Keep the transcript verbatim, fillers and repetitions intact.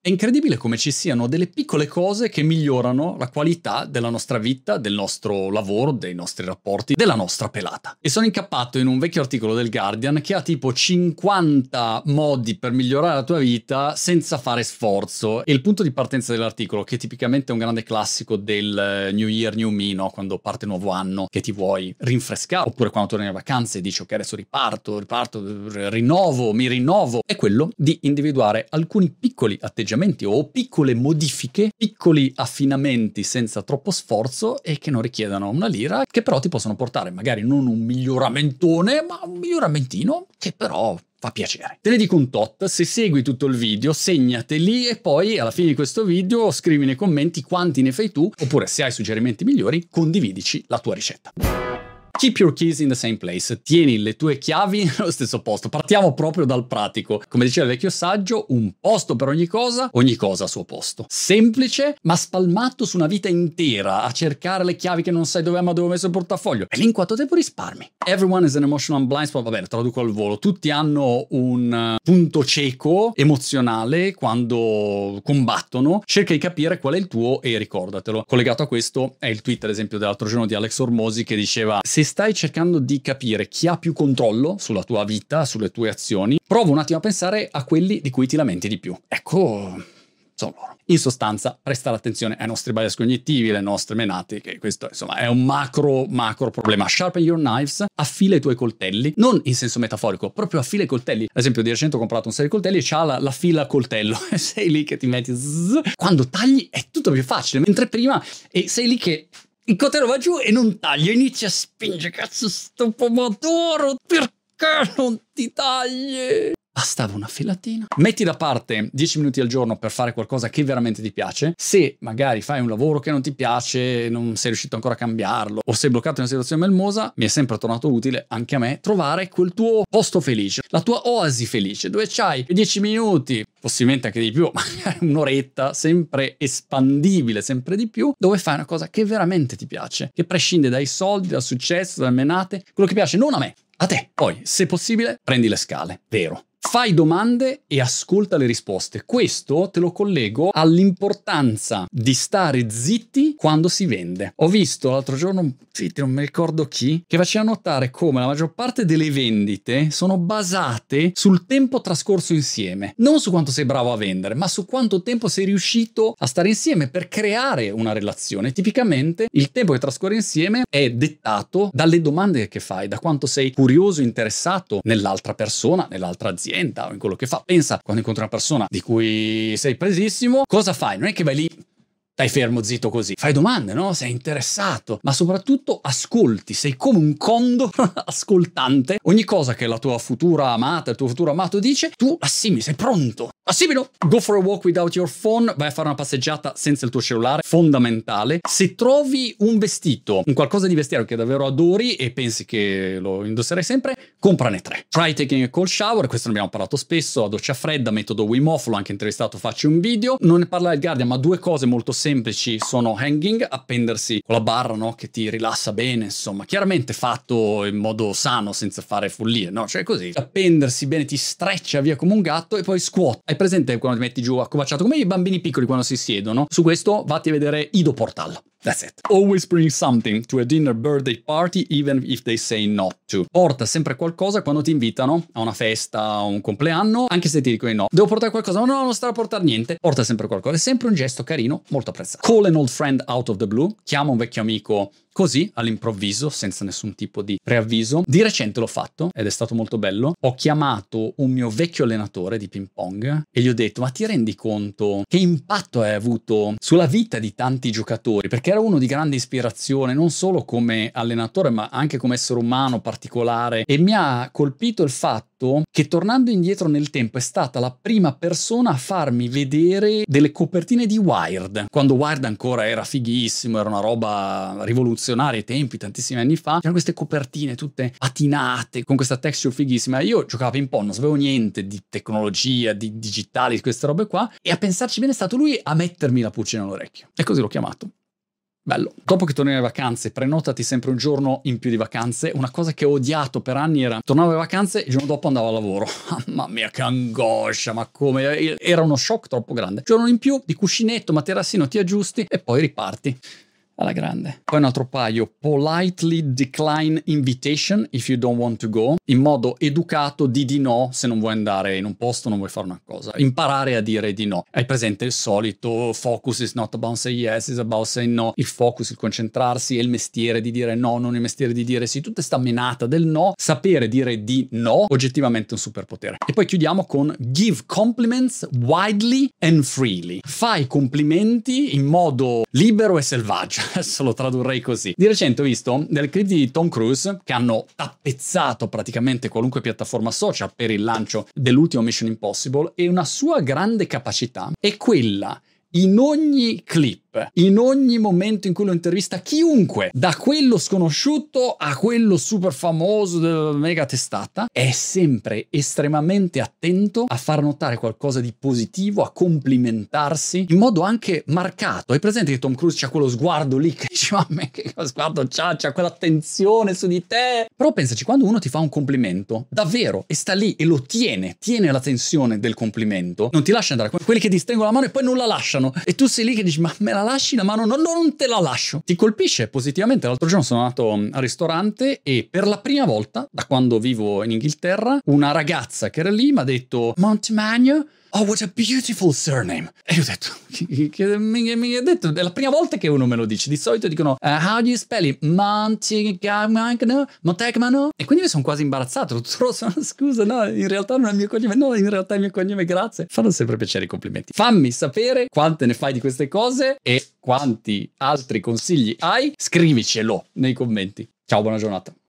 È incredibile come ci siano delle piccole cose che migliorano la qualità della nostra vita, del nostro lavoro, dei nostri rapporti, della nostra pelata. E sono incappato in un vecchio articolo del Guardian che ha tipo cinquanta modi per migliorare la tua vita senza fare sforzo. E il punto di partenza dell'articolo, che tipicamente è un grande classico del New Year, New Me, no? Quando parte il nuovo anno che ti vuoi rinfrescare, oppure quando torni alle vacanze e dici ok, adesso riparto, riparto, rinnovo, mi rinnovo, è quello di individuare alcuni piccoli atteggiamenti o piccole modifiche, piccoli affinamenti senza troppo sforzo e che non richiedono una lira, che però ti possono portare magari non un miglioramentone, ma un miglioramentino che però fa piacere. Te ne dico un tot: se segui tutto il video, segnateli e poi alla fine di questo video scrivi nei commenti quanti ne fai tu, oppure se hai suggerimenti migliori condividici la tua ricetta. Keep your keys in the same place. Tieni le tue chiavi nello stesso posto. Partiamo proprio dal pratico. Come diceva il vecchio saggio, un posto per ogni cosa, ogni cosa a suo posto. Semplice, ma spalmato su una vita intera a cercare le chiavi che non sai dove, ma dove ho messo il portafoglio. E lì in quanto tempo risparmi? Everyone is an emotional blind spot. Va bene, traduco al volo. Tutti hanno un punto cieco emozionale quando combattono. Cerca di capire qual è il tuo e ricordatelo. Collegato a questo è il tweet, ad esempio, dell'altro giorno di Alex Hormozi che diceva: se stai cercando di capire chi ha più controllo sulla tua vita, sulle tue azioni, prova un attimo a pensare a quelli di cui ti lamenti di più. Ecco, sono loro. In sostanza, prestare attenzione ai nostri bias cognitivi, alle nostre menate, che questo insomma è un macro macro problema. Sharpen your knives, affila i tuoi coltelli, non in senso metaforico, proprio affila i coltelli. Ad esempio, di recente ho comprato un serie di coltelli e c'ha la, la fila coltello e sei lì che ti metti zzz. Quando tagli è tutto più facile, mentre prima e sei lì che il coltello va giù e non taglia, inizia a spingere, cazzo sto pomodoro, perché non ti tagli? Bastava una filatina. Metti da parte dieci minuti al giorno per fare qualcosa che veramente ti piace. Se magari fai un lavoro che non ti piace, non sei riuscito ancora a cambiarlo o sei bloccato in una situazione melmosa, mi è sempre tornato utile anche a me trovare quel tuo posto felice, la tua oasi felice, dove c'hai dieci minuti, possibilmente anche di più, magari un'oretta, sempre espandibile, sempre di più, dove fai una cosa che veramente ti piace, che prescinde dai soldi, dal successo, dalle menate, quello che piace non a me, a te. Poi, se possibile, prendi le scale, vero. Fai domande e ascolta le risposte. Questo te lo collego all'importanza di stare zitti quando si vende. Ho visto l'altro giorno, zitti, non mi ricordo chi, che faceva notare come la maggior parte delle vendite sono basate sul tempo trascorso insieme. Non su quanto sei bravo a vendere, ma su quanto tempo sei riuscito a stare insieme per creare una relazione. Tipicamente il tempo che trascorri insieme è dettato dalle domande che fai, da quanto sei curioso, interessato nell'altra persona, nell'altra azienda o in quello che fa. Pensa, quando incontri una persona di cui sei presissimo, cosa fai? Non è che vai lì, stai fermo, zitto così. Fai domande, no? Sei interessato, ma soprattutto ascolti. Sei come un condor ascoltante. Ogni cosa che la tua futura amata, il tuo futuro amato dice, tu assimili, sei pronto. Assimilo. Go for a walk without your phone. Vai a fare una passeggiata senza il tuo cellulare. Fondamentale. Se trovi un vestito, un qualcosa di vestiario che davvero adori e pensi che lo indosserai sempre, comprane tre. Try taking a cold shower. Questo ne abbiamo parlato spesso. A doccia fredda, metodo Wim Hof. L'ho anche intervistato, faccio un video. Non ne parla il Guardian, ma due cose molto semplici sono hanging, appendersi con la barra, no? Che ti rilassa bene, insomma. Chiaramente fatto in modo sano, senza fare follie, no? Cioè così. Appendersi bene, ti streccia via come un gatto e poi squat. Hai presente quando ti metti giù accovacciato come i bambini piccoli quando si siedono? Su questo vatti a vedere Ido Portal. That's it. Always bring something to a dinner birthday party, even if they say not to. Porta sempre qualcosa quando ti invitano a una festa, a un compleanno, anche se ti dicono di no. Devo portare qualcosa? No, no, non sta a portare niente. Porta sempre qualcosa. È sempre un gesto carino, molto apprezzato. Call an old friend out of the blue. Chiama un vecchio amico così, all'improvviso, senza nessun tipo di preavviso. Di recente l'ho fatto ed è stato molto bello. Ho chiamato un mio vecchio allenatore di ping pong e gli ho detto: ma ti rendi conto che impatto hai avuto sulla vita di tanti giocatori? Perché era uno di grande ispirazione, non solo come allenatore, ma anche come essere umano particolare. E mi ha colpito il fatto che, tornando indietro nel tempo, è stata la prima persona a farmi vedere delle copertine di Wired. Quando Wired ancora era fighissimo, era una roba rivoluzionaria ai tempi, tantissimi anni fa. C'erano queste copertine tutte patinate, con questa texture fighissima. Io giocavo a ping pong, non sapevo niente di tecnologia, di digitali, di queste robe qua. E a pensarci bene è stato lui a mettermi la pulce nell'orecchio. E così l'ho chiamato. Bello. Dopo che torni alle vacanze, prenotati sempre un giorno in più di vacanze. Una cosa che ho odiato per anni era tornavo alle vacanze e il giorno dopo andavo al lavoro. Mamma mia, che angoscia, ma come? Era uno shock troppo grande. Giorno in più di cuscinetto, materassino, ti aggiusti e poi riparti. Alla grande. Poi un altro paio: politely decline invitation if you don't want to go. In modo educato di di no se non vuoi andare in un posto, non vuoi fare una cosa. Imparare a dire di no. Hai presente il solito focus is not about say yes, is about say no. Il focus, il concentrarsi, è il mestiere di dire no, non il mestiere di dire sì. Tutta sta menata del no. Sapere dire di no, oggettivamente un superpotere. E poi chiudiamo con give compliments widely and freely. Fai complimenti in modo libero e selvaggio. Adesso lo tradurrei così. Di recente ho visto delle clip di Tom Cruise che hanno tappezzato praticamente qualunque piattaforma social per il lancio dell'ultimo Mission Impossible, e una sua grande capacità è quella, in ogni clip, in ogni momento in cui lo intervista chiunque, da quello sconosciuto a quello super famoso della mega testata, è sempre estremamente attento a far notare qualcosa di positivo, a complimentarsi in modo anche marcato. Hai presente che Tom Cruise c'ha quello sguardo lì che dici ma me che sguardo c'ha, c'ha quell'attenzione su di te? Però pensaci, quando uno ti fa un complimento davvero e sta lì e lo tiene, tiene la tensione del complimento, non ti lascia andare, quelli che ti stringono la mano e poi non la lasciano, e tu sei lì che dici ma me la lasci la mano? No, no, non te la lascio. Ti colpisce positivamente. L'altro giorno sono andato al ristorante e per la prima volta da quando vivo in Inghilterra una ragazza che era lì mi ha detto Montemagno, oh what a beautiful surname. E io ho detto che, che, mi, mi ha detto, è la prima volta che uno me lo dice. Di solito dicono uh, how do you spell it? Montemagno, Montemagno. E quindi mi sono quasi imbarazzato. Scusa, no, in realtà non è il mio cognome. No, in realtà è il mio cognome, grazie. Fanno sempre piacere i complimenti. Fammi sapere quante ne fai di queste cose e quanti altri consigli hai. Scrivicelo nei commenti. Ciao, buona giornata.